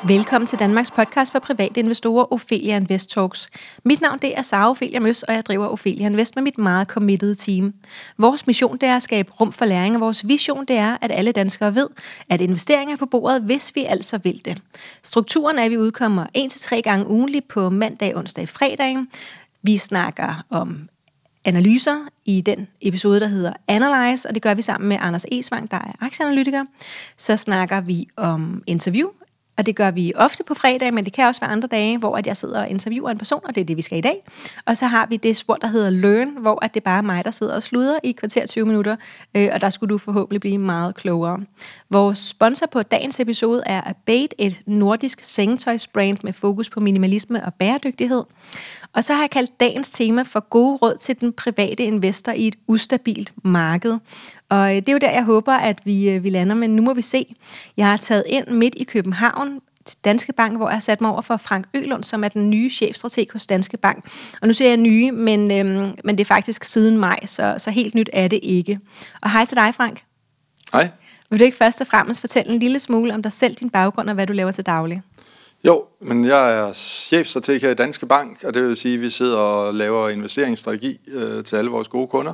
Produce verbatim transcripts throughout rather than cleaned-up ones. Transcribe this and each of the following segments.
Velkommen til Danmarks podcast for private investorer, Ophelia Invest Talks. Mit navn det er Sara Ophelia Møs, og jeg driver Ophelia Invest med mit meget committed team. Vores mission det er at skabe rum for læring, og vores vision det er, at alle danskere ved, at investeringer er på bordet, hvis vi altså vil det. Strukturen er, at vi udkommer en til tre gange ugentligt på mandag, onsdag og fredag. Vi snakker om analyser i den episode, der hedder Analyze, og det gør vi sammen med Anders Esvang, der er aktieanalytiker. Så snakker vi om interview, og det gør vi ofte på fredag, men det kan også være andre dage, hvor at jeg sidder og interviewer en person, og det er det, vi skal i dag. Og så har vi det spor, der hedder Learn, hvor at det bare er mig, der sidder og sluder i kvarter tyve minutter, øh, og der skulle du forhåbentlig blive meget klogere. Vores sponsor på dagens episode er Abate, et nordisk sengetøjsbrand med fokus på minimalisme og bæredygtighed. Og så har jeg kaldt dagens tema for gode råd til den private investor i et ustabilt marked. Og det er jo der, jeg håber, at vi, vi lander, men nu må vi se. Jeg har taget ind midt i København til Danske Bank, hvor jeg har sat mig over for Frank Øhlund, som er den nye chefstrateg hos Danske Bank. Og nu siger jeg nye, men, øhm, men det er faktisk siden maj, så, så helt nyt er det ikke. Og hej til dig, Frank. Hej. Vil du ikke først og fremmest fortælle en lille smule om dig selv, din baggrund og hvad du laver til daglig? Jo, men jeg er chefstrateg her i Danske Bank, og det vil sige, at vi sidder og laver investeringsstrategi øh, til alle vores gode kunder.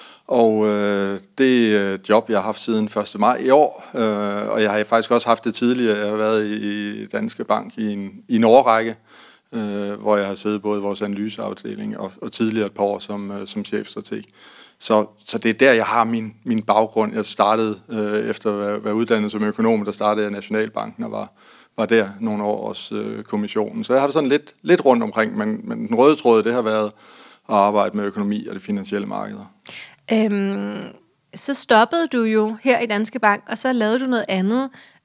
Og øh, det er et job, jeg har haft siden første maj i år, øh, og jeg har faktisk også haft det tidligere. Jeg har været i, i Danske Bank i en, i en årrække, øh, hvor jeg har siddet både i vores analyseafdeling og, og tidligere et par år som, øh, som chefstrateg. Så, så det er der, jeg har min, min baggrund. Jeg startede øh, efter at være, være uddannet som økonom, der startede jeg Nationalbanken og var, var der nogle år også øh, kommissionen. Så jeg har det sådan lidt, lidt rundt omkring, men, men den røde tråd, det har været at arbejde med økonomi og det finansielle markeder. Øhm, så stoppede du jo her i Danske Bank, og så lavede du noget andet.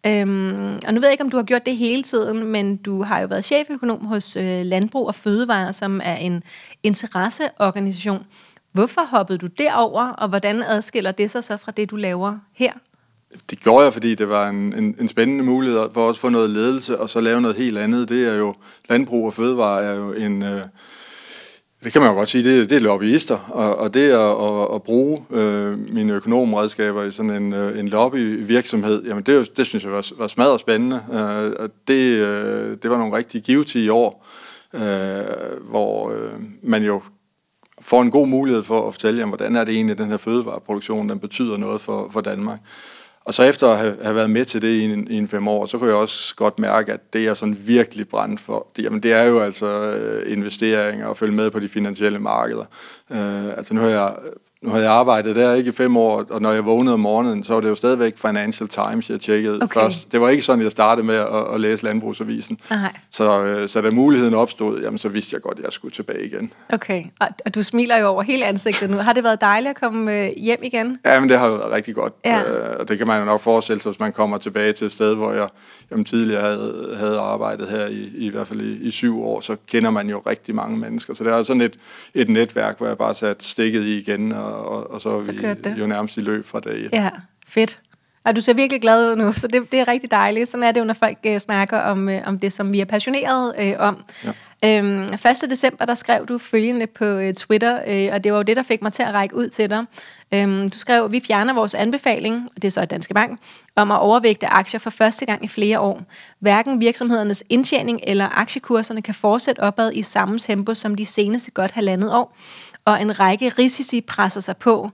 Øhm, og nu ved jeg ikke, om du har gjort det hele tiden, men du har jo været cheføkonom hos øh, Landbrug og Fødevare, som er en interesseorganisation. Hvorfor hoppede du derover, og hvordan adskiller det sig så fra det, du laver her? Det gjorde jeg, fordi det var en, en, en spændende mulighed for os at få noget ledelse, og så lave noget helt andet. Det er jo, Landbrug og Fødevare er jo en... Øh, Det kan man jo godt sige, det, det er lobbyister, og, og det at, at, at bruge øh, mine økonomredskaber i sådan en, øh, en lobbyvirksomhed, jamen det, det synes jeg var, var smadret spændende. Øh, og det, øh, det var nogle rigtig givtige år, øh, hvor øh, man jo får en god mulighed for at fortælle, jamen, hvordan er det egentlig, den her fødevareproduktion, den betyder noget for, for Danmark. Og så efter at have, have været med til det i en, i en fem år, så kunne jeg også godt mærke, at det er sådan virkelig brændt for. Det, jamen det er jo altså øh, investeringer og følge med på de finansielle markeder. Øh, altså nu har jeg nu har jeg arbejdet der ikke i fem år, og når jeg vågnede om morgenen, så var det jo stadigvæk Financial Times, jeg tjekkede okay. først. Det var ikke sådan, jeg startede med at, at læse Landbrugsavisen. Så, øh, så da muligheden opstod, jamen, så vidste jeg godt, at jeg skulle tilbage igen. Okay, og, og du smiler jo over hele ansigtet nu. Har det været dejligt at komme øh, hjem igen? Ja, men det har været rigtig godt. Ja. Øh, og det kan man jo nok forestille sig, hvis man kommer tilbage til et sted, hvor jeg jamen, tidligere havde, havde arbejdet her i, i hvert fald i, i syv år, så kender man jo rigtig mange mennesker. Så det er sådan et, et netværk, hvor jeg bare satte stikket i igen, og, og, og så er vi jo nærmest i løb fra dag et. Ja, fedt. Og du ser virkelig glad ud nu, så det, det er rigtig dejligt. Sådan er det jo, når folk øh, snakker om, øh, om det, som vi er passioneret øh, om. Ja. Øhm, første december, der skrev du følgende på øh, Twitter, øh, og det var jo det, der fik mig til at række ud til dig. Øhm, du skrev, vi fjerner vores anbefaling, og det er så Danske Bank, om at overvægte aktier for første gang i flere år. Hverken virksomhedernes indtjening eller aktiekurserne kan fortsætte opad i samme tempo som de seneste godt halvandet år, og en række risici presser sig på.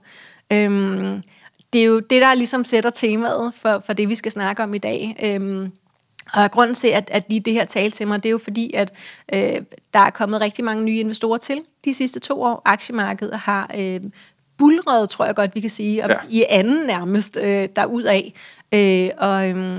Øhm, Det er jo det, der ligesom sætter temaet for, for det, vi skal snakke om i dag. Øhm, og grunden til, at, at lige det her talte til mig, det er jo fordi, at øh, der er kommet rigtig mange nye investorer til de sidste to år. Aktiemarkedet har øh, bulret, tror jeg godt, vi kan sige, og ja. i anden nærmest øh, derudaf. Øh, og øh,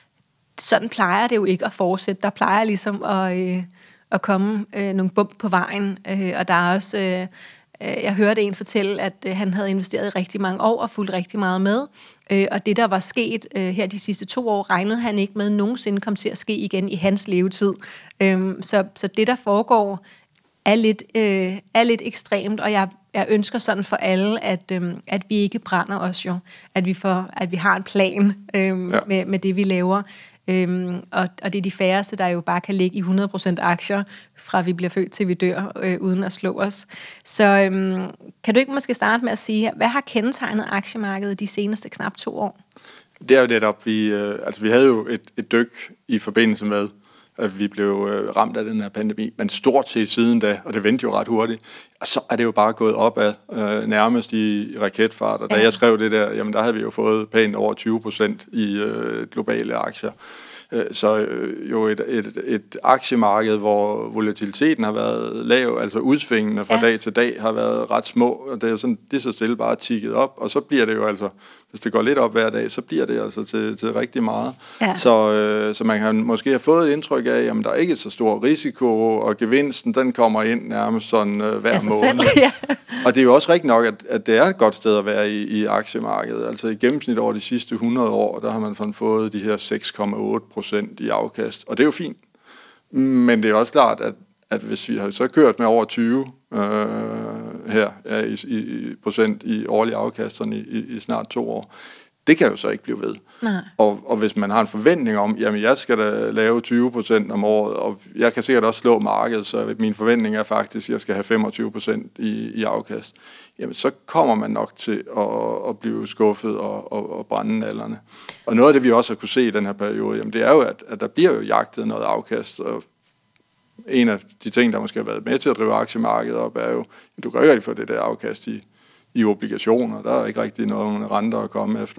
sådan plejer det jo ikke at fortsætte. Der plejer ligesom at, øh, at komme øh, nogle bump på vejen, øh, og der er også... Øh, Jeg hørte en fortælle, at øh, han havde investeret i rigtig mange år og fulgt rigtig meget med. Øh, og det, der var sket øh, her de sidste to år, regnede han ikke med nogensinde kom til at ske igen i hans levetid. Øh, så, så det, der foregår, er lidt, øh, er lidt ekstremt, og jeg, jeg ønsker sådan for alle, at, øh, at vi ikke brænder os jo. At vi, får, at vi har en plan øh, ja. med, med det, vi laver. Øhm, og, og det er de færreste, der jo bare kan ligge i hundrede procent aktier, fra vi bliver født til vi dør, øh, uden at slå os. Så øhm, kan du ikke måske starte med at sige, hvad har kendetegnet aktiemarkedet de seneste knap to år? Det er jo netop, vi, øh, altså vi havde jo et, et dyk i forbindelse med at vi blev øh, ramt af den her pandemi, men stort set siden da, og det vendte jo ret hurtigt, og så er det jo bare gået opad, øh, nærmest i, i raketfart, og da ja. jeg skrev det der, jamen der havde vi jo fået pænt over tyve procent i øh, globale aktier. Så øh, jo et, et, et aktiemarked, hvor volatiliteten har været lav, altså udsvingene fra ja. dag til dag har været ret små, og det er jo sådan, det er så stille bare tikket op, og så bliver det jo altså, hvis det går lidt op hver dag, så bliver det altså til, til rigtig meget. Ja. Så, øh, så man kan måske have fået et indtryk af, at der er ikke så stor risiko, og gevinsten, den kommer ind nærmest sådan øh, hver altså måned. Selv, ja. Og det er jo også rigtigt nok, at, at det er et godt sted at være i, i aktiemarkedet. Altså i gennemsnit over de sidste hundrede år, der har man fået de her seks komma otte procent i afkast, og det er jo fint. Men det er også klart, at, at hvis vi har så kørt med over tyve øh, her ja, i, i procent i årlige afkast i, i, i snart to år, det kan jo så ikke blive ved. Og, og hvis man har en forventning om, jamen jeg skal da lave tyve procent om året, og jeg kan sikkert også slå markedet, så min forventning er faktisk, at jeg skal have femogtyve procent i, i afkast, jamen så kommer man nok til at, at blive skuffet og, og, og brænde nallerne. Og noget af det, vi også har kunne se i den her periode, jamen det er jo, at, at der bliver jo jagtet noget afkast, og en af de ting, der måske har været med til at drive aktiemarkedet op, er jo, at du kan ikke rigtig få det der afkast i i obligationer. Der er ikke rigtig nogen renter at komme efter.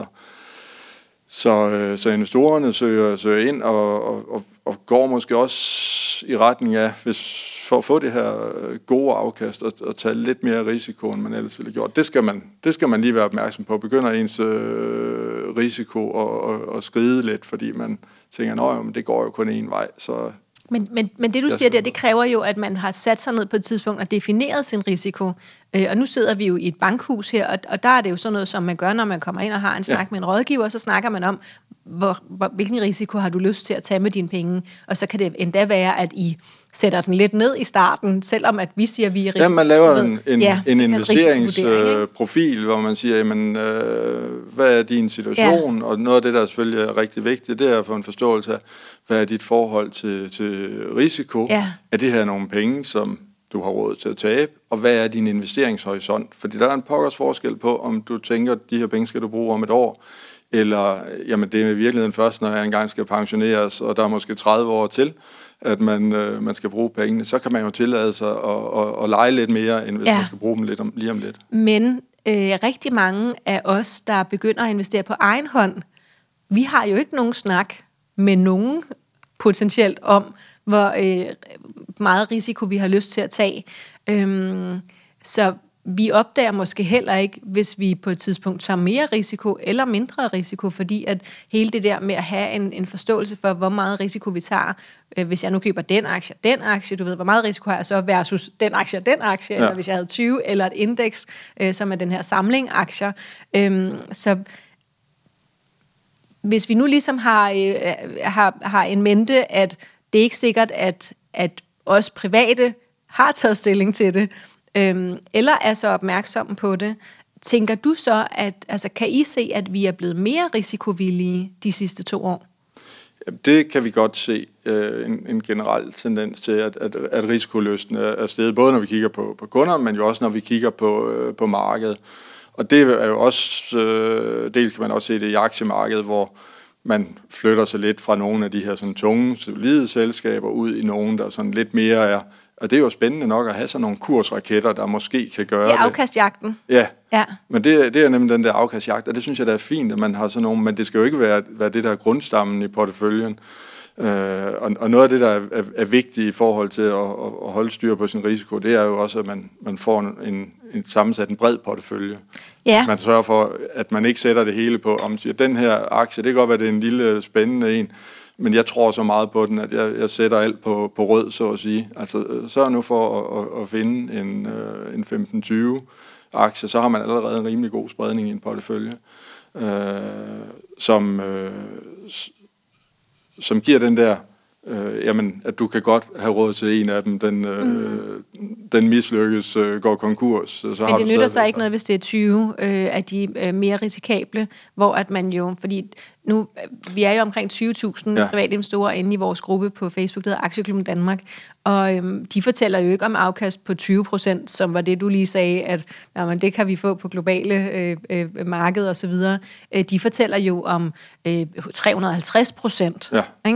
Så, øh, så investorerne søger, søger ind og, og, og går måske også i retning af, hvis, for at få det her gode afkast og, og tage lidt mere risiko, end man ellers ville have gjort. Det skal man, det skal man lige være opmærksom på. Begynder ens øh, risiko at, at, at skride lidt, fordi man tænker, at det går jo kun én vej, så Men, men, men det, du siger der, det kræver jo, at man har sat sig ned på et tidspunkt og defineret sin risiko. Øh, og nu sidder vi jo i et bankhus her, og, og der er det jo sådan noget, som man gør, når man kommer ind og har en snak ja. med en rådgiver, så snakker man om, hvor, hvor, hvilken risiko har du lyst til at tage med dine penge. Og så kan det endda være, at I sætter den lidt ned i starten, selvom at vi siger, at vi er risiko. Ja, man laver en, en, ja, en investeringsprofil, hvor man siger, jamen, øh, hvad er din situation? Ja. Og noget af det, der selvfølgelig er rigtig vigtigt, det er at få en forståelse af, hvad er dit forhold til, til risiko? Ja. Er det her nogle penge, som du har råd til at tabe? Og hvad er din investeringshorisont? Fordi der er en pokkers forskel på, om du tænker, at de her penge skal du bruge om et år, eller jamen, det er i virkeligheden først, når jeg engang skal pensioneres, og der er måske tredive år til, at man, øh, man skal bruge pengene. Så kan man jo tillade sig at, at, at lege lidt mere, end hvis ja. man skal bruge dem lidt om, lige om lidt. Men øh, rigtig mange af os, der begynder at investere på egen hånd, vi har jo ikke nogen snak med nogen potentielt om, hvor øh, meget risiko vi har lyst til at tage. Øhm, så vi opdager måske heller ikke, hvis vi på et tidspunkt tager mere risiko eller mindre risiko, fordi at hele det der med at have en, en forståelse for, hvor meget risiko vi tager, øh, hvis jeg nu køber den aktie, den aktie, du ved, hvor meget risiko har jeg så versus den aktie og den aktie, ja. eller hvis jeg havde tyve, eller et indeks, øh, som er den her samling aktier. Øhm, så hvis vi nu ligesom har, øh, har, har en mente, at det er ikke sikkert, at, at os private har taget stilling til det, øhm, eller er så opmærksomme på det, tænker du så, at altså, kan I se, at vi er blevet mere risikovillige de sidste to år? Det kan vi godt se, øh, en, en generel tendens til, at, at, at risikolysten er steget, både når vi kigger på, på kunder, men jo også når vi kigger på, øh, på markedet. Og det er jo også, øh, dels kan man også se det i aktiemarkedet, hvor man flytter sig lidt fra nogle af de her sådan tunge, solide selskaber ud i nogle, der sådan lidt mere er, og det er jo spændende nok at have sådan nogle kursraketter, der måske kan gøre det. Det er afkastjagten. Ja, ja. Men det, det er nemlig den der afkastjagt, og det synes jeg, der er fint, at man har sådan nogle, men det skal jo ikke være, være det, der er grundstammen i porteføljen. Øh, og, og noget af det, der er, er, er vigtigt i forhold til at, at holde styr på sin risiko, det er jo også, at man, man får en, en, en sammensat en bred portefølje. Ja. Man sørger for, at man ikke sætter det hele på, om man siger, den her aktie, det kan godt være, det er en lille spændende en, men jeg tror så meget på den, at jeg, jeg sætter alt på, på rød, så at sige. Altså, sørg nu for at, at, at finde en, en femten tyve aktie, så har man allerede en rimelig god spredning i en portefølje, øh, som... Øh, som giver den der, øh, jamen, at du kan godt have råd til en af dem, den, øh, mm. den mislykkes, øh, går konkurs. Så Men har det nytter så ikke noget, hvis det er tyve øh, af de øh, mere risikable, hvor at man jo, fordi nu, vi er jo omkring tyve tusind ja. private investorer inde i vores gruppe på Facebook, der hedder Aktieklubben Danmark, og øhm, de fortæller jo ikke om afkast på tyve procent, som var det, du lige sagde, at jamen, det kan vi få på globale øh, øh, markeder osv. Øh, de fortæller jo om øh, tre hundrede og halvtreds procent, ja. ikke?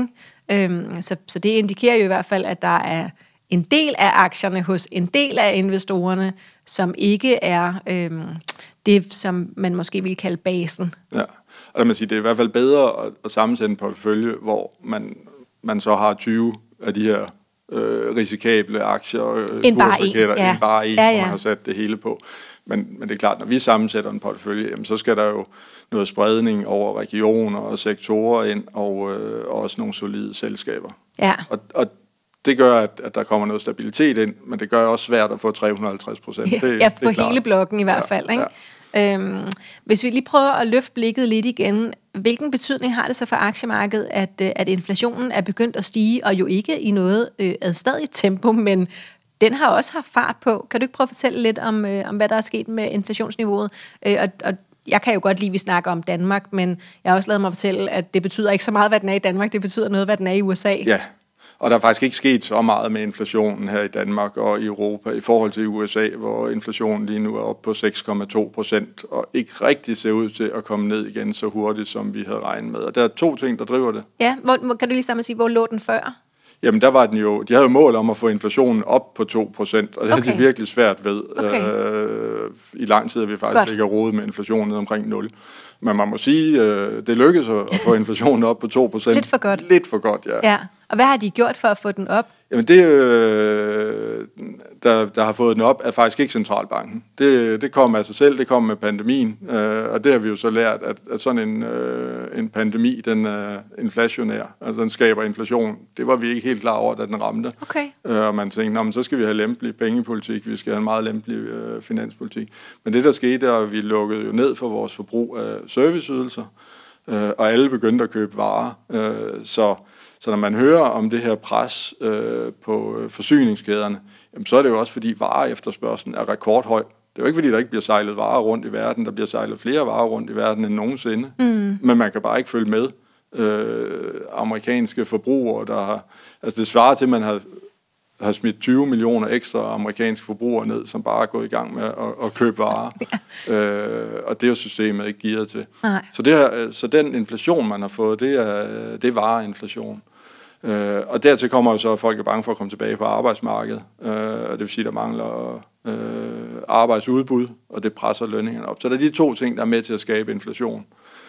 Øhm, så, så det indikerer jo i hvert fald, at der er en del af aktierne hos en del af investorerne, som ikke er øhm, det, som man måske vil kalde basen. Ja, og der man sige, det er i hvert fald bedre at, at sammensætte en portefølje, hvor man, man så har tyve af de her øh, risikable aktier, øh, en bare en, ja. en bare en, ja, ja. hvor man har sat det hele på. Men, men det er klart, når vi sammensætter en portefølje, jamen, så skal der jo noget spredning over regioner og sektorer ind, og øh, også nogle solide selskaber. Ja. Og, og det gør, at, at der kommer noget stabilitet ind, men det gør også svært at få tre hundrede og halvtreds procent. Ja, ja, på hele blokken i hvert fald. Ja, ikke? Ja. Øhm, hvis vi lige prøver at løfte blikket lidt igen, hvilken betydning har det så for aktiemarkedet, at, at inflationen er begyndt at stige, og jo ikke i noget øh, adstadigt tempo, men den har også haft fart på. Kan du ikke prøve at fortælle lidt om, øh, om hvad der er sket med inflationsniveauet? Øh, og, og jeg kan jo godt lide, at vi snakker om Danmark, men jeg har også lavet mig fortælle, at det betyder ikke så meget, hvad den er i Danmark, det betyder noget, hvad den er i U S A. Ja, og der er faktisk ikke sket så meget med inflationen her i Danmark og i Europa i forhold til U S A, hvor inflationen lige nu er oppe på seks komma to procent, og ikke rigtig ser ud til at komme ned igen så hurtigt, som vi havde regnet med. Og der er to ting, der driver det. Ja, hvor, kan du lige sammen sige, hvor lå den før? Jamen, der var den jo, de havde jo mål om at få inflationen op på to procent, og det okay. havde de virkelig svært ved. Okay. Øh, I lang tid har vi faktisk ikke rodet med inflationen ned omkring nul. Men man må sige, øh, det lykkedes at få inflationen op på to procent. Lidt for godt. Lidt for godt, ja. Ja. Og hvad har de gjort for at få den op? Jamen det, øh, der, der har fået den op, er faktisk ikke centralbanken. Det, det kom af sig selv, det kom med pandemien, øh, og det har vi jo så lært, at, at sådan en, øh, en pandemi, den er inflationær, altså den skaber inflation. Det var vi ikke helt klar over, da den ramte. Okay. Øh, og man tænkte, men så skal vi have lempelig pengepolitik, vi skal have en meget lempelig øh, finanspolitik. Men det der skete, er, at vi lukkede jo ned for vores forbrug af serviceydelser, øh, og alle begyndte at købe varer, øh, så Så når man hører om det her pres øh, på øh, forsyningskæderne, jamen, så er det jo også fordi vareefterspørgslen er rekordhøj. Det er jo ikke fordi, der ikke bliver sejlet varer rundt i verden. Der bliver sejlet flere varer rundt i verden end nogensinde. Mm. Men man kan bare ikke følge med. Øh, amerikanske forbrugere, der har... Altså det svarer til, at man har, har smidt tyve millioner ekstra amerikanske forbrugere ned, som bare er gået i gang med at, at købe varer. ja. øh, og det er jo systemet ikke gearet til. Nej. Så, det her, så den inflation, man har fået, det er, det er vareinflation. Øh, og dertil kommer jo så, at folk er bange for at komme tilbage på arbejdsmarkedet. Øh, og det vil sige, at der mangler øh, arbejdsudbud, og det presser lønningerne op. Så der er de to ting, der er med til at skabe inflation.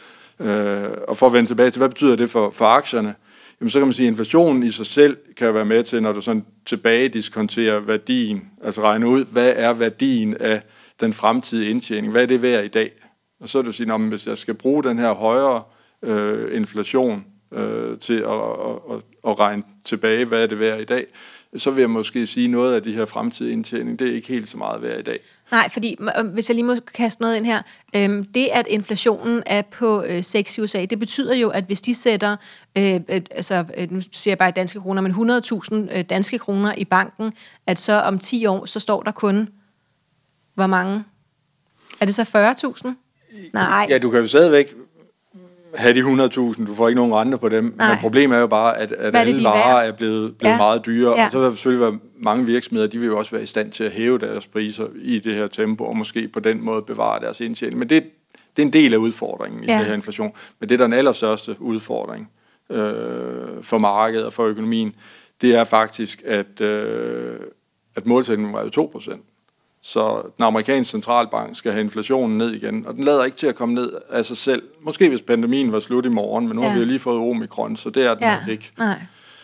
Øh, og for at vende tilbage til, hvad betyder det for, for aktierne? Jamen, så kan man sige, at inflationen i sig selv kan være med til, når du sådan tilbage diskonterer værdien, altså regne ud, hvad er værdien af den fremtidige indtjening? Hvad er det værd i dag? Og så er du sige, at hvis jeg skal bruge den her højere øh, inflation, Øh, til at, at, at, at regne tilbage, hvad er det værd i dag, så vil jeg måske sige, noget af de her fremtidige indtjening, det er ikke helt så meget værd i dag. Nej, fordi hvis jeg lige må kaste noget ind her, øhm, det at inflationen er på øh, seks i U S A, det betyder jo, at hvis de sætter, øh, øh, altså øh, nu siger jeg bare danske kroner, men hundrede tusind øh, danske kroner i banken, at så om ti år, så står der kun, hvor mange? Er det så fyrre tusind? Nej. Ja, du kan jo stadigvæk have de hundrede tusind, du får ikke nogen renter på dem. Nej. Men problemet er jo bare, at, at alle de varer værd? er blevet, blevet ja. meget dyre, ja. og så vil der selvfølgelig være mange virksomheder, de vil jo også være i stand til at hæve deres priser i det her tempo, og måske på den måde bevare deres indtjening. Men det, det er en del af udfordringen i ja. det her inflation. Men det, der er den allerstørste udfordring øh, for markedet og for økonomien, det er faktisk, at, øh, at målsætningen var jo to procent. Så den amerikanske centralbank skal have inflationen ned igen, og den lader ikke til at komme ned af sig selv. Måske hvis pandemien var slut i morgen, men nu ja. har vi jo lige fået omikron, så det er den ja. nok ikke. Nej.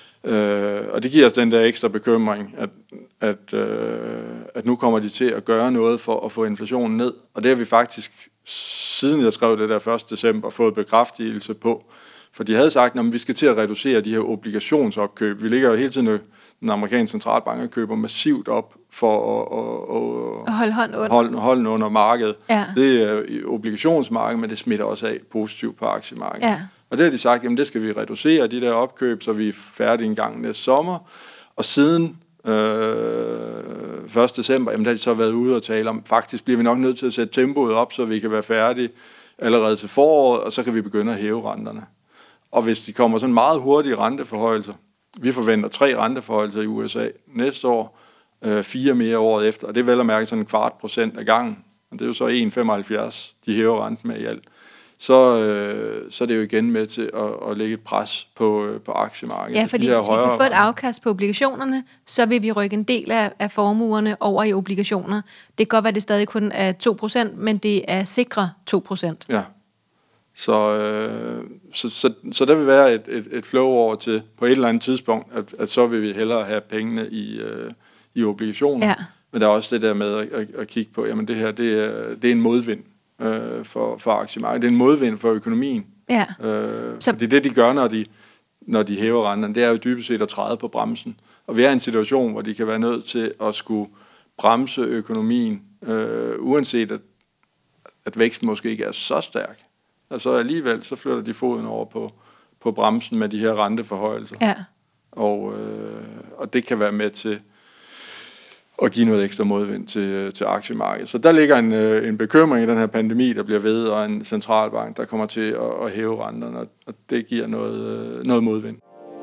Øh, og det giver os den der ekstra bekymring, at, at, øh, at nu kommer de til at gøre noget for at få inflationen ned. Og det har vi faktisk, siden jeg skrev det der første december, fået bekræftelse på. For de havde sagt, at vi skal til at reducere de her obligationsopkøb. Vi ligger jo hele tiden, den amerikanske centralbank køber massivt op for at, at, at holde hånden under, hold, hold under markedet. Ja. Det er obligationsmarkedet, men det smitter også af positivt på aktiemarkedet. Ja. Og det har de sagt, jamen det skal vi reducere, de der opkøb, så vi er færdige en gang næste sommer. Og siden øh, første december, jamen der har de så været ude og tale om, faktisk bliver vi nok nødt til at sætte tempoet op, så vi kan være færdige allerede til foråret, og så kan vi begynde at hæve renterne. Og hvis de kommer sådan meget hurtige renteforhøjelser, vi forventer tre renteforhøjelser i U S A næste år, øh, fire mere året efter, og det er vel at mærke sådan en kvart procent af gangen, og det er jo så en komma femoghalvfjerds, de hæver renten med i alt. så, øh, så er det jo igen med til at, at lægge et pres på, øh, på aktiemarkedet. Ja, fordi de hvis vi kan få et afkast på obligationerne, så vil vi rykke en del af, af formuerne over i obligationer. Det kan godt være, at det stadig kun er to procent, men det er sikre to procent. Ja, så, øh, så, så, så der vil være et, et, et flow over til på et eller andet tidspunkt, at, at så vil vi hellere have pengene i, øh, i obligationer. Ja. Men der er også det der med at, at, at kigge på, jamen det her, det er, det er en modvind øh, for, for aktiemarkedet. Det er en modvind for økonomien. Ja. Øh, så... Det er det, de gør, når de, når de hæver renterne. Det er jo dybest set at træde på bremsen. Og vi er i en situation, hvor de kan være nødt til at skulle bremse økonomien, øh, uanset at, at væksten måske ikke er så stærk. Altså alligevel, så flytter de foden over på, på bremsen med de her renteforhøjelser. Ja. Og, øh, og det kan være med til at give noget ekstra modvind til, til aktiemarkedet. Så der ligger en, en bekymring i den her pandemi, der bliver ved, og en centralbank, der kommer til at, at hæve renterne, og det giver noget, noget modvind.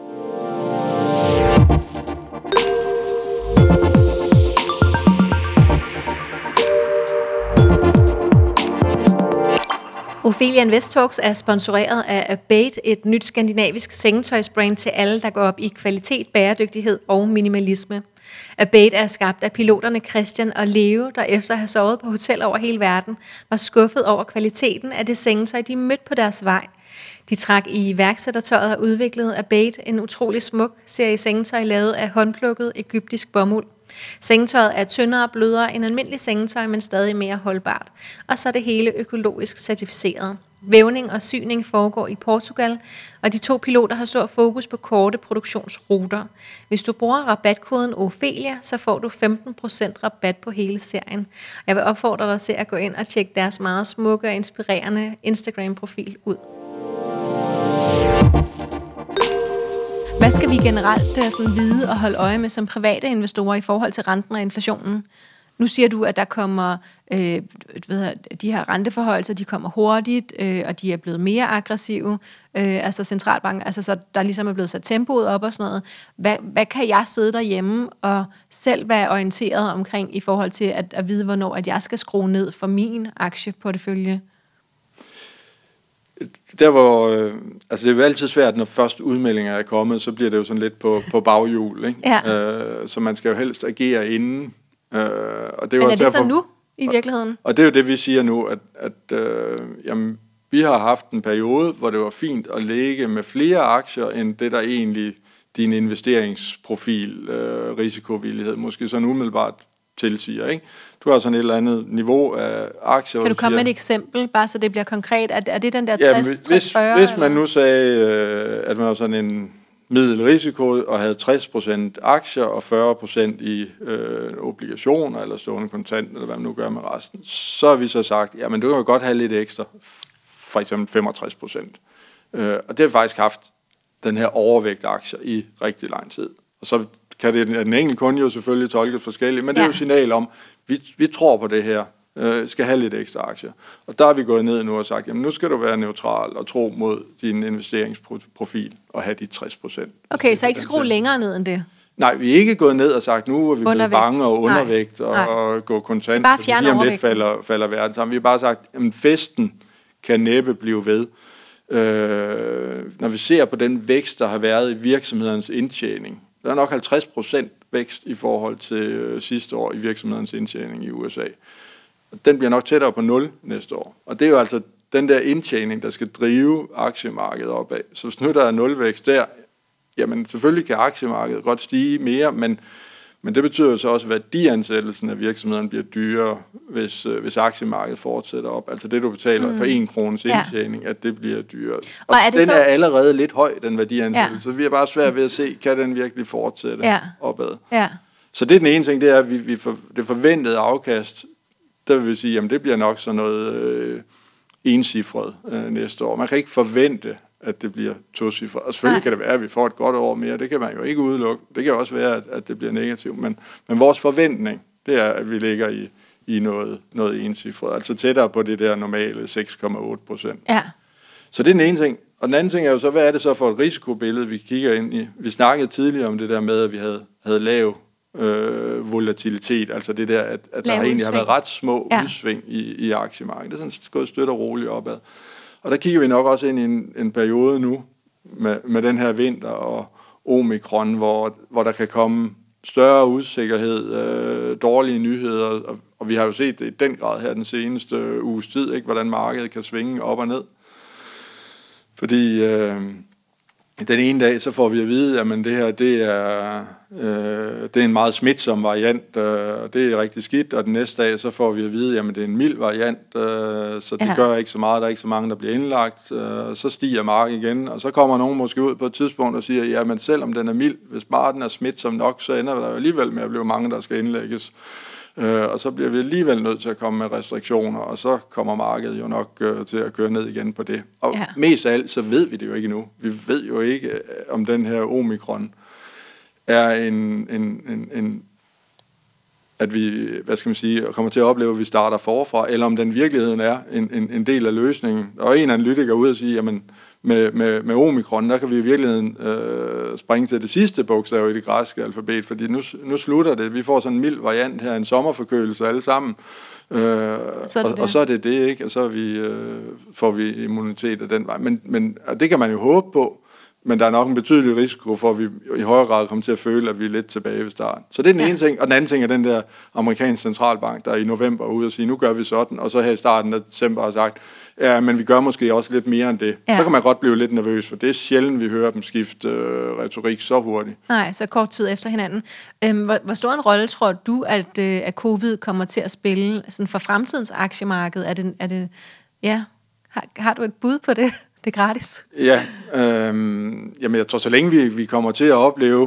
Ophelia Invest Talks er sponsoreret af Abate, et nyt skandinavisk sengetøjsbrand til alle, der går op i kvalitet, bæredygtighed og minimalisme. Abate er skabt af piloterne Christian og Leo, der efter at have sovet på hotel over hele verden, var skuffet over kvaliteten af det sengetøj, de mødte på deres vej. De trak i iværksættertøjet og udviklede Abate, en utrolig smuk serie sengetøj lavet af håndplukket egyptisk bomuld. Sengetøjet er tyndere og blødere end almindelig sengetøj, men stadig mere holdbart. Og så er det hele økologisk certificeret. Vævning og syning foregår i Portugal, og de to piloter har stor fokus på korte produktionsruter. Hvis du bruger rabatkoden Ophelia, så får du femten procent rabat på hele serien. Jeg vil opfordre dig til at gå ind og tjekke deres meget smukke og inspirerende Instagram-profil ud. Hvad skal vi generelt sådan vide og holde øje med som private investorer i forhold til renten og inflationen? Nu siger du, at der kommer øh, ved, de her renteforhøjelser, de kommer hurtigt, øh, og de er blevet mere aggressive. Øh, altså centralbanken, altså så der ligesom er blevet sat tempoet op og sådan noget. Hvad, hvad kan jeg sidde derhjemme og selv være orienteret omkring i forhold til at, at vide, hvornår at jeg skal skrue ned for min aktieportefølje? Der hvor, øh, altså det er jo altid svært, når først udmeldinger er kommet, så bliver det jo sådan lidt på, på baghjul, ikke? Ja. Øh, så man skal jo helst agere inden. Øh, og det er, Men jo er det derfor, så nu i virkeligheden? Og, og det er jo det, vi siger nu, at, at øh, jamen, vi har haft en periode, hvor det var fint at lægge med flere aktier, end det der egentlig din investeringsprofil, øh, risikovillighed, måske sådan umiddelbart tilsiger, ikke? Du har sådan et eller andet niveau af aktier. Kan du komme siger, med et eksempel, bare så det bliver konkret? Er, er det den der ja, tres, hvis, fyrre? Hvis man nu sagde, øh, at man var sådan en middelrisiko og havde tres procent aktier og fyrre procent i øh, obligationer eller stående kontant, eller hvad man nu gør med resten, så har vi så sagt, jamen du kan jo godt have lidt ekstra, for eksempel femogtres procent. Øh, og det har faktisk haft den her overvægt aktier i rigtig lang tid. Og så kan det, den enkelte kunde jo selvfølgelig tolkes forskelligt, men det er jo et signal om, vi, vi tror på det her, øh, skal have lidt ekstra aktier. Og der er vi gået ned nu og sagt, jamen nu skal du være neutral og tro mod din investeringsprofil og have de tres procent. Okay, så ikke skrue længere ned end det? Nej, vi er ikke gået ned og sagt, nu er vi undervægt. blevet bange og undervægt nej, og, nej. og gå kontant, bare fordi lige om lidt falder, falder verden sammen. Vi har bare sagt, at festen kan næppe blive ved. Øh, når vi ser på den vækst, der har været i virksomhedernes indtjening, der er nok halvtreds procent vækst i forhold til øh, sidste år i virksomhedernes indtjening i U S A. Den bliver nok tættere på nul næste år. Og det er jo altså den der indtjening, der skal drive aktiemarkedet opad. Så hvis nu der er nulvækst der, jamen selvfølgelig kan aktiemarkedet godt stige mere, men, men det betyder jo så også, at værdiansættelsen af virksomheden bliver dyrere, hvis, øh, hvis aktiemarkedet fortsætter op. Altså det, du betaler mm. for en krones indtjening, ja. At det bliver dyrere. Og, og er det den så... er allerede lidt høj, den værdiansættelse. Ja. Så vi er bare svært ved at se, kan den virkelig fortsætte ja. opad. Ja. Så det er den ene ting, det er, at vi, vi for, det forventede afkast, der vil vi sige, jamen det bliver nok sådan noget øh, encifret øh, næste år. Man kan ikke forvente, at det bliver tocifret. Og selvfølgelig Nej. kan det være, at vi får et godt år mere. Det kan man jo ikke udelukke. Det kan også være, at, at det bliver negativt. Men, men vores forventning, det er, at vi ligger i, i noget, noget encifret. Altså tættere på det der normale seks komma otte procent. Ja. Så det er den ene ting. Og den anden ting er jo så, hvad er det så for et risikobillede, vi kigger ind i? Vi snakkede tidligere om det der med, at vi havde, havde lav øh, volatilitet. Altså det der, at, at der egentlig har været ret små ja. udsving i, i aktiemarkedet. Det er sådan gået støt og roligt opad. Og der kigger vi nok også ind i en, en periode nu, med, med den her vinter og omikron, hvor, hvor der kan komme større usikkerhed, øh, dårlige nyheder, og, og vi har jo set det i den grad her den seneste uges tid, ikke, hvordan markedet kan svinge op og ned. Fordi øh, den ene dag, så får vi at vide, at det her det er, øh, det er en meget smitsom variant, øh, og det er rigtig skidt, og den næste dag, så får vi at vide, at det er en mild variant, øh, så det ja. gør ikke så meget, der er ikke så mange, der bliver indlagt, øh, så stiger markedet igen, og så kommer nogen måske ud på et tidspunkt og siger, ja, men selvom den er mild, hvis bare den er smitsom nok, så ender der alligevel med at blive mange, der skal indlægges. Øh, og så bliver vi alligevel nødt til at komme med restriktioner, og så kommer markedet jo nok øh, til at køre ned igen på det. Og ja. mest af alt, så ved vi det jo ikke endnu. Vi ved jo ikke, om den her omikron er en, en, en, en at vi, hvad skal man sige, kommer til at opleve, at vi starter forfra, eller om den virkeligheden er en, en, en del af løsningen. Og en analytiker ude og sige, jamen, med, med, med omikron, der kan vi i virkeligheden øh, springe til det sidste bogstav i det græske alfabet, fordi nu, nu slutter det. Vi får sådan en mild variant her, en sommerforkølelse alle sammen, øh, så og, og så er det det, ikke? Og så vi, øh, får vi immunitet af den vej. Men, men og det kan man jo håbe på, men der er nok en betydelig risiko for, at vi i højere grad kommer til at føle, at vi er lidt tilbage ved starten. Så det er den ja. ene ting. Og den anden ting er den der amerikanske centralbank, der i november er ude og sige, nu gør vi sådan, og så her i starten af december har sagt, ja, men vi gør måske også lidt mere end det. Ja. Så kan man godt blive lidt nervøs, for det er sjældent, vi hører dem skifte øh, retorik så hurtigt. Nej, så kort tid efter hinanden. Øhm, hvor, hvor stor en rolle tror du, at, øh, at covid kommer til at spille sådan for fremtidens aktiemarked? Er det, er det, ja, har, har du et bud på det? Det er gratis. Ja, øh, jamen jeg tror, så længe vi, vi kommer til at opleve,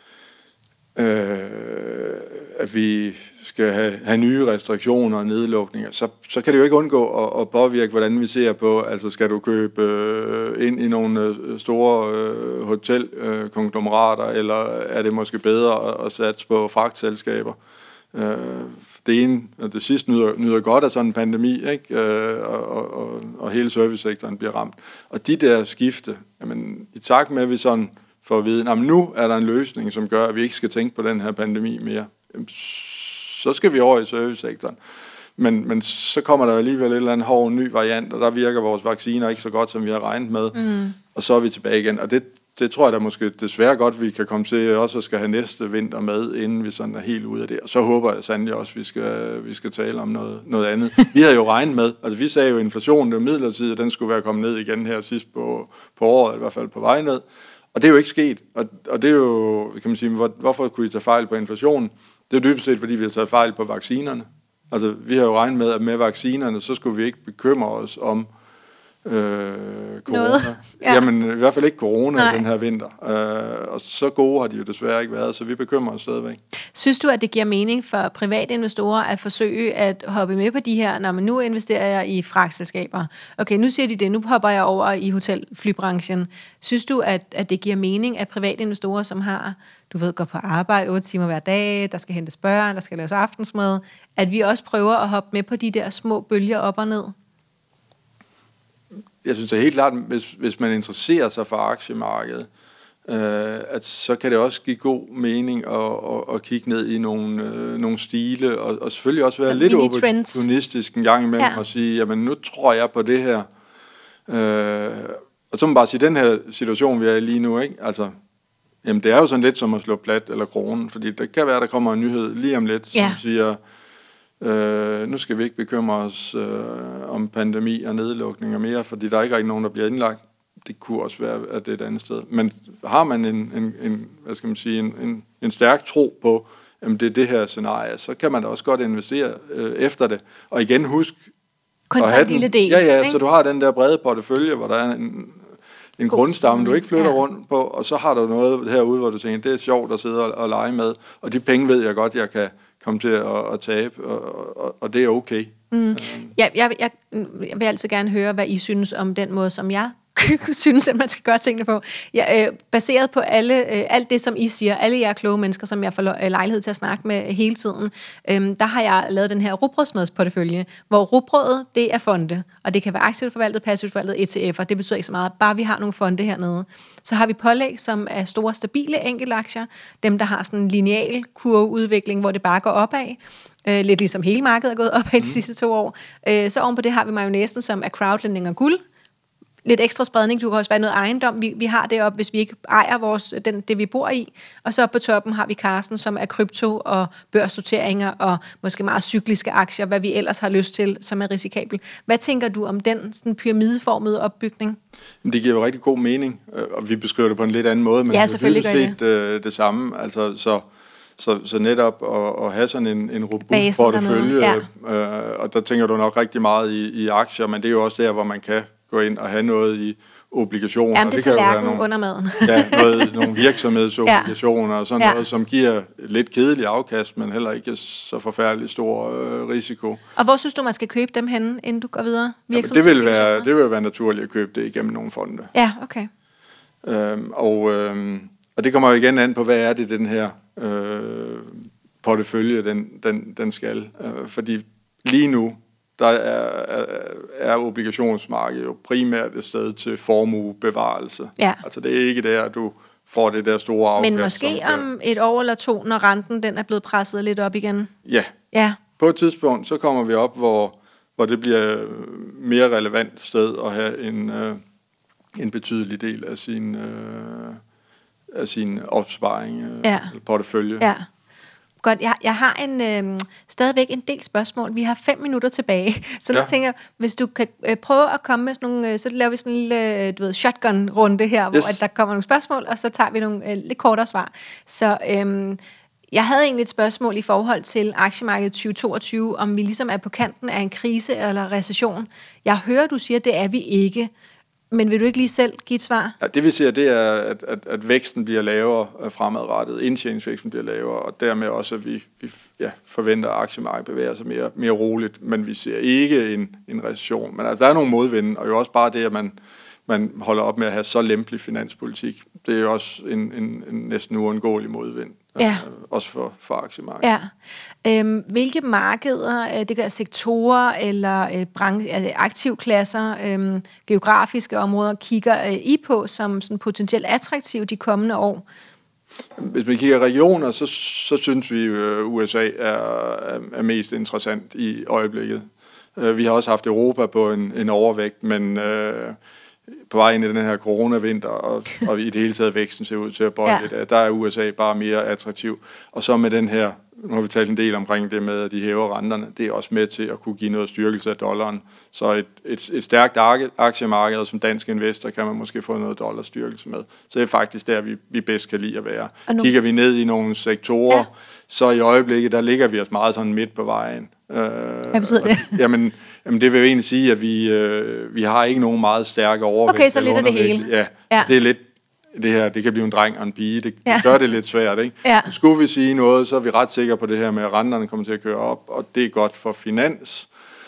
øh, at vi skal have, have nye restriktioner og nedlukninger, så, så kan det jo ikke undgå at, at påvirke, hvordan vi ser på, altså skal du købe øh, ind i nogle øh, store øh, hotelkonglomerater, øh, eller er det måske bedre at, at satse på fragtselskaber? Øh, det ene og det sidste nyder, nyder godt af sådan en pandemi, ikke? Øh, og, og, og hele servicesektoren bliver ramt. Og de der skifte, jamen, i takt med, at vi sådan får at vide, at nu er der en løsning, som gør, at vi ikke skal tænke på den her pandemi mere, jamen, så skal vi over i servicesektoren. Men, men så kommer der alligevel et eller andet hård ny variant, og der virker vores vacciner ikke så godt, som vi har regnet med. Mm. Og så er vi tilbage igen. Og det, det tror jeg da måske desværre godt, vi kan komme til også at skal have næste vinter med, inden vi sådan er helt ude af det. Og så håber jeg sandelig også, at vi skal, vi skal tale om noget, noget andet. Vi havde jo regnet med, altså vi sagde jo, at inflationen, det var midlertidigt, og den skulle være kommet ned igen her sidst på, på året, i hvert fald på vej ned. Og det er jo ikke sket. Og, og det er jo, kan man sige, hvor, hvorfor kunne I tage fejl på inflationen? Det er dybest set, fordi vi har taget fejl på vaccinerne. Altså, vi har jo regnet med, at med vaccinerne, så skulle vi ikke bekymre os om øh, corona. Ja. Jamen, i hvert fald ikke corona Nej. den her vinter. Øh, og så gode har de jo desværre ikke været, så vi bekymrer os stadigvæk. Synes du, at det giver mening for private investorer at forsøge at hoppe med på de her, når man nu investerer jeg i fragtselskaber? Okay, nu siger de det, nu hopper jeg over i hotelflybranchen. Synes du, at, at det giver mening, at private investorer, som har, du ved, går på arbejde otte timer hver dag, der skal hentes børn, der skal laves aftensmad, at vi også prøver at hoppe med på de der små bølger op og ned? Jeg synes det er helt klart, hvis, hvis man interesserer sig for aktiemarkedet, øh, at så kan det også give god mening at, at, at kigge ned i nogle, øh, nogle stile, og, og selvfølgelig også være så lidt opportunistisk en gang imellem, ja. og sige, jamen nu tror jeg på det her. Øh, og så må man bare sige, den her situation, vi er i lige nu, ikke? Altså, jamen det er jo sådan lidt som at slå plat eller kronen, fordi det kan være, der kommer en nyhed lige om lidt, som ja. siger, Øh, nu skal vi ikke bekymre os øh, om pandemi og nedlukninger mere, fordi der er ikke rigtig nogen, der bliver indlagt. Det kunne også være, at det er et andet sted. Men har man en, en, en hvad skal man sige, en, en, en stærk tro på, at det er det her scenarie, så kan man da også godt investere øh, efter det. Og igen, husk kun at have en lille den, del. Ja, ja, ikke? Så du har den der brede portefølje, hvor der er en, en grundstamme, du ikke flytter ja. rundt på, og så har du noget herude, hvor du tænker, det er sjovt at sidde og, og lege med, og de penge ved jeg godt, jeg kan komme til at, at tabe, og, og, og det er okay. Mm. Ja, jeg, jeg, jeg vil altid gerne høre, hvad I synes om den måde, som jeg synes, at man skal gøre tingene på. Ja, øh, baseret på alle, øh, alt det, som I siger, alle jer kloge mennesker, som jeg får lejlighed til at snakke med hele tiden, øh, der har jeg lavet den her rugbrødsmadsportefølje, hvor rugbrødet, det er fonde, og det kan være aktivt forvaltet, passivt forvaltet, E T F'er, det betyder ikke så meget, bare vi har nogle fonde hernede. Så har vi pålæg, som er store, stabile enkeltaktier, dem, der har sådan en lineal kurveudvikling, hvor det bare går opad, øh, lidt ligesom hele markedet er gået opad de mm. sidste to år. Øh, så ovenpå det har vi mayonnaisen, som er crowdlending og guld, lidt ekstra spredning. Du kan også være noget ejendom. Vi, vi har det op, hvis vi ikke ejer vores, den, det, vi bor i. Og så på toppen har vi Carsten, som er krypto og børsnoteringer og måske meget cykliske aktier, hvad vi ellers har lyst til, som er risikabel. Hvad tænker du om den sådan pyramideformede opbygning? Det giver jo rigtig god mening, og vi beskriver det på en lidt anden måde, men ja, det selvfølgelig er set det. det samme. Altså, så, så, så netop at, at have sådan en, en robust portefølje, ja. øh, og der tænker du nok rigtig meget i, i aktier, men det er jo også der, hvor man kan gå ind og have noget i obligationer. Jamen, det, det kan jo være nogle, under maden. ja, noget, nogle virksomhedsobligationer ja. og sådan ja. noget, som giver lidt kedelig afkast, men heller ikke så forfærdelig stor øh, risiko. Og hvor synes du, man skal købe dem henne, inden du går videre? Ja, det vil være det vil være naturligt at købe det igennem nogle fonde. Ja, okay. Øhm, og, øhm, og det kommer jo igen an på, hvad er det, den her øh, portefølje, den, den, den skal. Øh, fordi lige nu, der er, er, er obligationsmarkedet jo primært et sted til formuebevarelse. Ja. Altså det er ikke der, du får det der store afkast. Men måske om et år eller to, når renten den er blevet presset lidt op igen? Ja. ja. På et tidspunkt, så kommer vi op, hvor, hvor det bliver mere relevant sted at have en, øh, en betydelig del af sin, øh, af sin opsparing, øh, ja. eller portefølje. Ja. Godt, jeg, jeg har en øh, stadigvæk en del spørgsmål. Vi har fem minutter tilbage, så nu ja. tænker jeg, hvis du kan øh, prøve at komme med sådan nogle, øh, så laver vi sådan en lille, øh, du ved, shotgun-runde her, yes. hvor at der kommer nogle spørgsmål, og så tager vi nogle øh, lidt kortere svar. Så øh, jeg havde egentlig et spørgsmål i forhold til aktiemarkedet tyve toogtyve, om vi ligesom er på kanten af en krise eller recession. Jeg hører, du siger, det er vi ikke. Men vil du ikke lige selv give et svar? Ja, det vi ser, det er, at, at, at væksten bliver lavere fremadrettet, indtjeningsvæksten bliver lavere, og dermed også, at vi, vi ja, forventer, at aktiemarkedet bevæger sig mere, mere roligt, men vi ser ikke en, en recession. Men altså, der er nogle modvinde, og jo også bare det, at man, man holder op med at have så lempelig finanspolitik, det er jo også en, en, en næsten uundgåelig modvind. Ja. Øh, også for, for aktiemarkedet. Ja. Øhm, hvilke markeder, øh, det kan være sektorer eller øh, branche, altså aktivklasser, øh, geografiske områder, kigger øh, I på som sådan potentielt attraktive de kommende år? Hvis vi kigger regioner, så, så synes vi, at U S A er, er mest interessant i øjeblikket. Vi har også haft Europa på en, en overvægt, men øh, på vej ind i den her coronavinter, og, og i det hele taget væksten ser ud til at bøje ja. lidt af, der er U S A bare mere attraktiv. Og så med den her, nu har vi talt en del omkring det med, at de hæver renterne, det er også med til at kunne give noget styrkelse af dollaren. Så et, et, et stærkt aktiemarked, og som dansk investor kan man måske få noget dollarstyrkelse med. Så det er faktisk der, vi, vi bedst kan lide at være. Nu... Kigger vi ned i nogle sektorer, ja. så i øjeblikket, der ligger vi os meget sådan midt på vejen. Hvad betyder det? Og, jamen, jamen, det vil jo egentlig sige, at vi, øh, vi har ikke nogen meget stærke overvægt. Okay, så lidt af det hele. Ja, ja. Det er lidt det her, det kan blive en dreng og en pige. Det ja. gør det lidt svært, ikke? Ja. Skulle vi sige noget, så er vi ret sikre på det her med, at renterne kommer til at køre op, og det er godt for finans,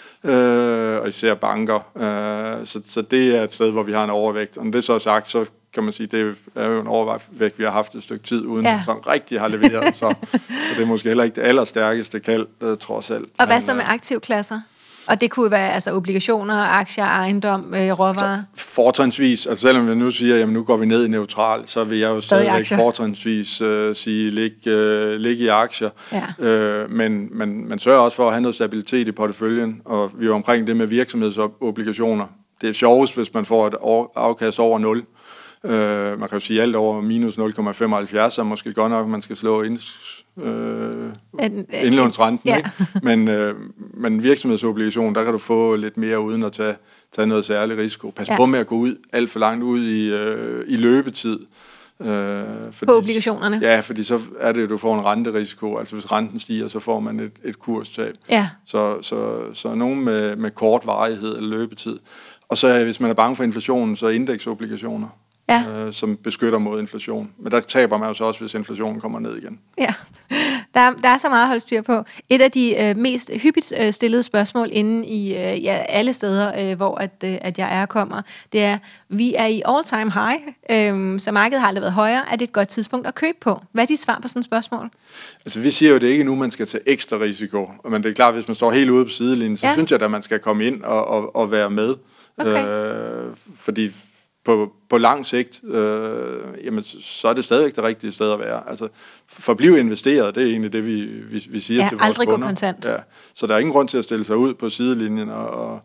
øh, og især banker. Øh, så, så det er et sted, hvor vi har en overvægt. Og når det så er sagt, så kan man sige, det er jo en overvægt, vi har haft et stykke tid, uden ja. sådan rigtig har leveret. så, så det er måske heller ikke det allerstærkeste kald, øh, trods alt. Og hvad så med aktivklasser? Og det kunne være altså obligationer, aktier, ejendom, øh, råvarer? Altså, fortrinsvis, altså selvom vi nu siger, jamen nu går vi ned i neutral, så vil jeg jo stadigvæk fortrinsvis øh, sige, lig, øh, lig i aktier. Ja. Øh, men man, man sørger også for at have noget stabilitet i porteføljen, og vi er omkring det med virksomhedsobligationer. Det er sjovest, hvis man får et afkast over nul. Øh, man kan jo sige, alt over minus nul komma femoghalvfjerds er måske godt nok, man skal slå ind, øh, indlånsrenten, ja. ikke? Men, øh, men virksomhedsobligation, der kan du få lidt mere uden at tage, tage noget særlig risiko. Pas ja. på med at gå ud alt for langt ud i, øh, i løbetid. Øh, fordi, på obligationerne? Ja, fordi så er det, at du får en renterisiko. Altså hvis renten stiger, så får man et, et kurstab. Ja. Så, så, så nogen med, med kort varighed eller løbetid. Og så hvis man er bange for inflationen, så indeksobligationer. Ja. Øh, som beskytter mod inflation. Men der taber man jo så også, hvis inflationen kommer ned igen. Ja, der, der er så meget at holde styr på. Et af de øh, mest hyppigt øh, stillede spørgsmål inde i øh, ja, alle steder, øh, hvor at, øh, at jeg er kommer, det er, vi er i all time high, øh, så markedet har aldrig været højere. Er det et godt tidspunkt at købe på? Hvad er dit svar på sådan et spørgsmål? Altså vi siger jo, det er ikke nu, man skal tage ekstra risiko. Men det er klart, hvis man står helt ude på sidelinjen, så ja. synes jeg, at man skal komme ind og, og, og være med. Okay. Øh, fordi På, på lang sigt, øh, jamen, så er det stadigvæk det rigtige sted at være. Altså, forblive investeret, det er egentlig det, vi, vi, vi siger ja, til vores aldrig kunder. Gå kontant. Ja, så der er ingen grund til at stille sig ud på sidelinjen og, og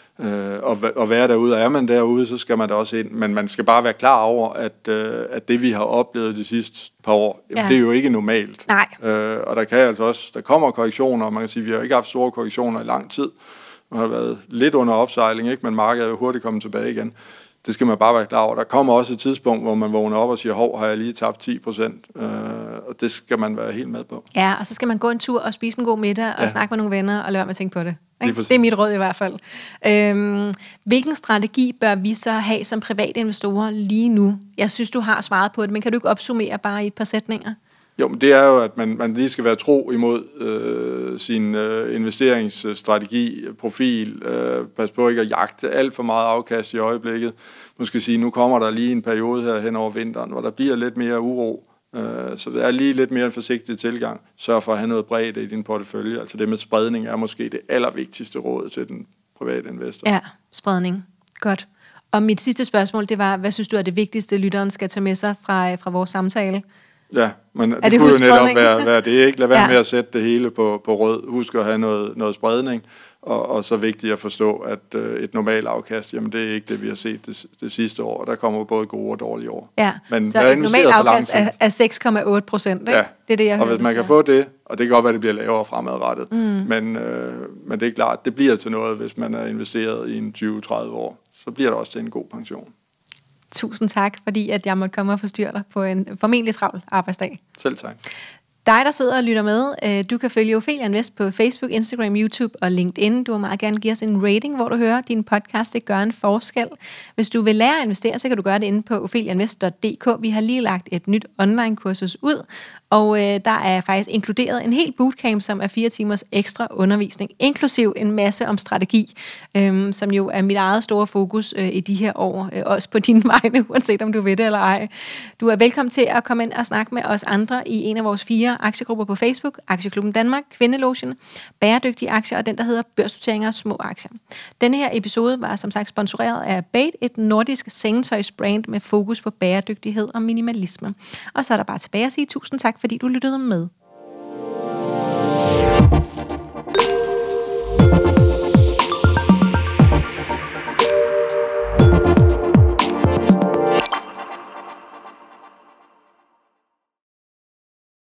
øh, og, og være derude. Og er man derude, så skal man da også ind. Men man skal bare være klar over, at, øh, at det, vi har oplevet de sidste par år, ja. det er jo ikke normalt. Nej. Øh, og der kan altså også, der kommer korrektioner, og man kan sige, at vi har ikke haft store korrektioner i lang tid. Man har været lidt under opsejling, ikke? Men markedet er jo hurtigt kommet tilbage igen. Det skal man bare være klar over. Der kommer også et tidspunkt, hvor man vågner op og siger, hov, har jeg lige tabt ti procent? Øh, og det skal man være helt med på. Ja, og så skal man gå en tur og spise en god middag og ja. snakke med nogle venner og lade være med at tænke på det. Ikke? Det er mit råd i hvert fald. Øhm, hvilken strategi bør vi så have som private investorer lige nu? Jeg synes, du har svaret på det, men kan du ikke opsummere bare i et par sætninger? Jo, men det er jo, at man, man lige skal være tro imod øh, sin øh, investeringsstrategi, profil. Øh, pas på ikke at jagte alt for meget afkast i øjeblikket. Måske sige, nu kommer der lige en periode her hen over vinteren, hvor der bliver lidt mere uro. Øh, så det er lige lidt mere en forsigtig tilgang. Sørg for at have noget bredt i din portefølje. Altså det med spredning er måske det allervigtigste råd til den private investor. Ja, spredning. Godt. Og mit sidste spørgsmål, det var, hvad synes du er det vigtigste, lytteren skal tage med sig fra, fra vores samtale? Ja, men det, det kunne jo netop være, være det, ikke? Lad være ja. med at sætte det hele på, på rød. Husk at have noget, noget spredning, og, og så vigtigt at forstå, at øh, et normalt afkast, jamen det er ikke det, vi har set det, det sidste år, og der kommer både gode og dårlige år. Ja, men så et normalt afkast er, er seks komma otte procent, ikke? Ja. Det er det, jeg og hører, hvis man kan få det, og det kan godt være, det bliver lavere fremadrettet, mm. men, øh, men det er klart, det bliver til noget, hvis man er investeret i en tyve til tredive år, så bliver det også til en god pension. Tusind tak, fordi at jeg måtte komme og forstyrre dig på en formentlig travl arbejdsdag. Selv tak. Dig, der sidder og lytter med, du kan følge Ophelia Invest på Facebook, Instagram, YouTube og LinkedIn. Du må meget gerne give os en rating, hvor du hører din podcast. Det gør en forskel. Hvis du vil lære at investere, så kan du gøre det inde på ophelia invest punktum d k. Vi har lige lagt et nyt online-kursus ud, og øh, der er faktisk inkluderet en hel bootcamp, som er fire timers ekstra undervisning, inklusiv en masse om strategi, øh, som jo er mit eget store fokus øh, i de her år, øh, også på dine vegne, uanset om du ved det eller ej. Du er velkommen til at komme ind og snakke med os andre i en af vores fire aktiegrupper på Facebook, Aktieklubben Danmark, Kvindelogen, Bæredygtige Aktier og den, der hedder Børsnoteringer af små aktier. Denne her episode var som sagt sponsoreret af Bait, et nordisk sengetøjsbrand med fokus på bæredygtighed og minimalisme. Og så er der bare tilbage at sige tusind tak, fordi du lyttede med.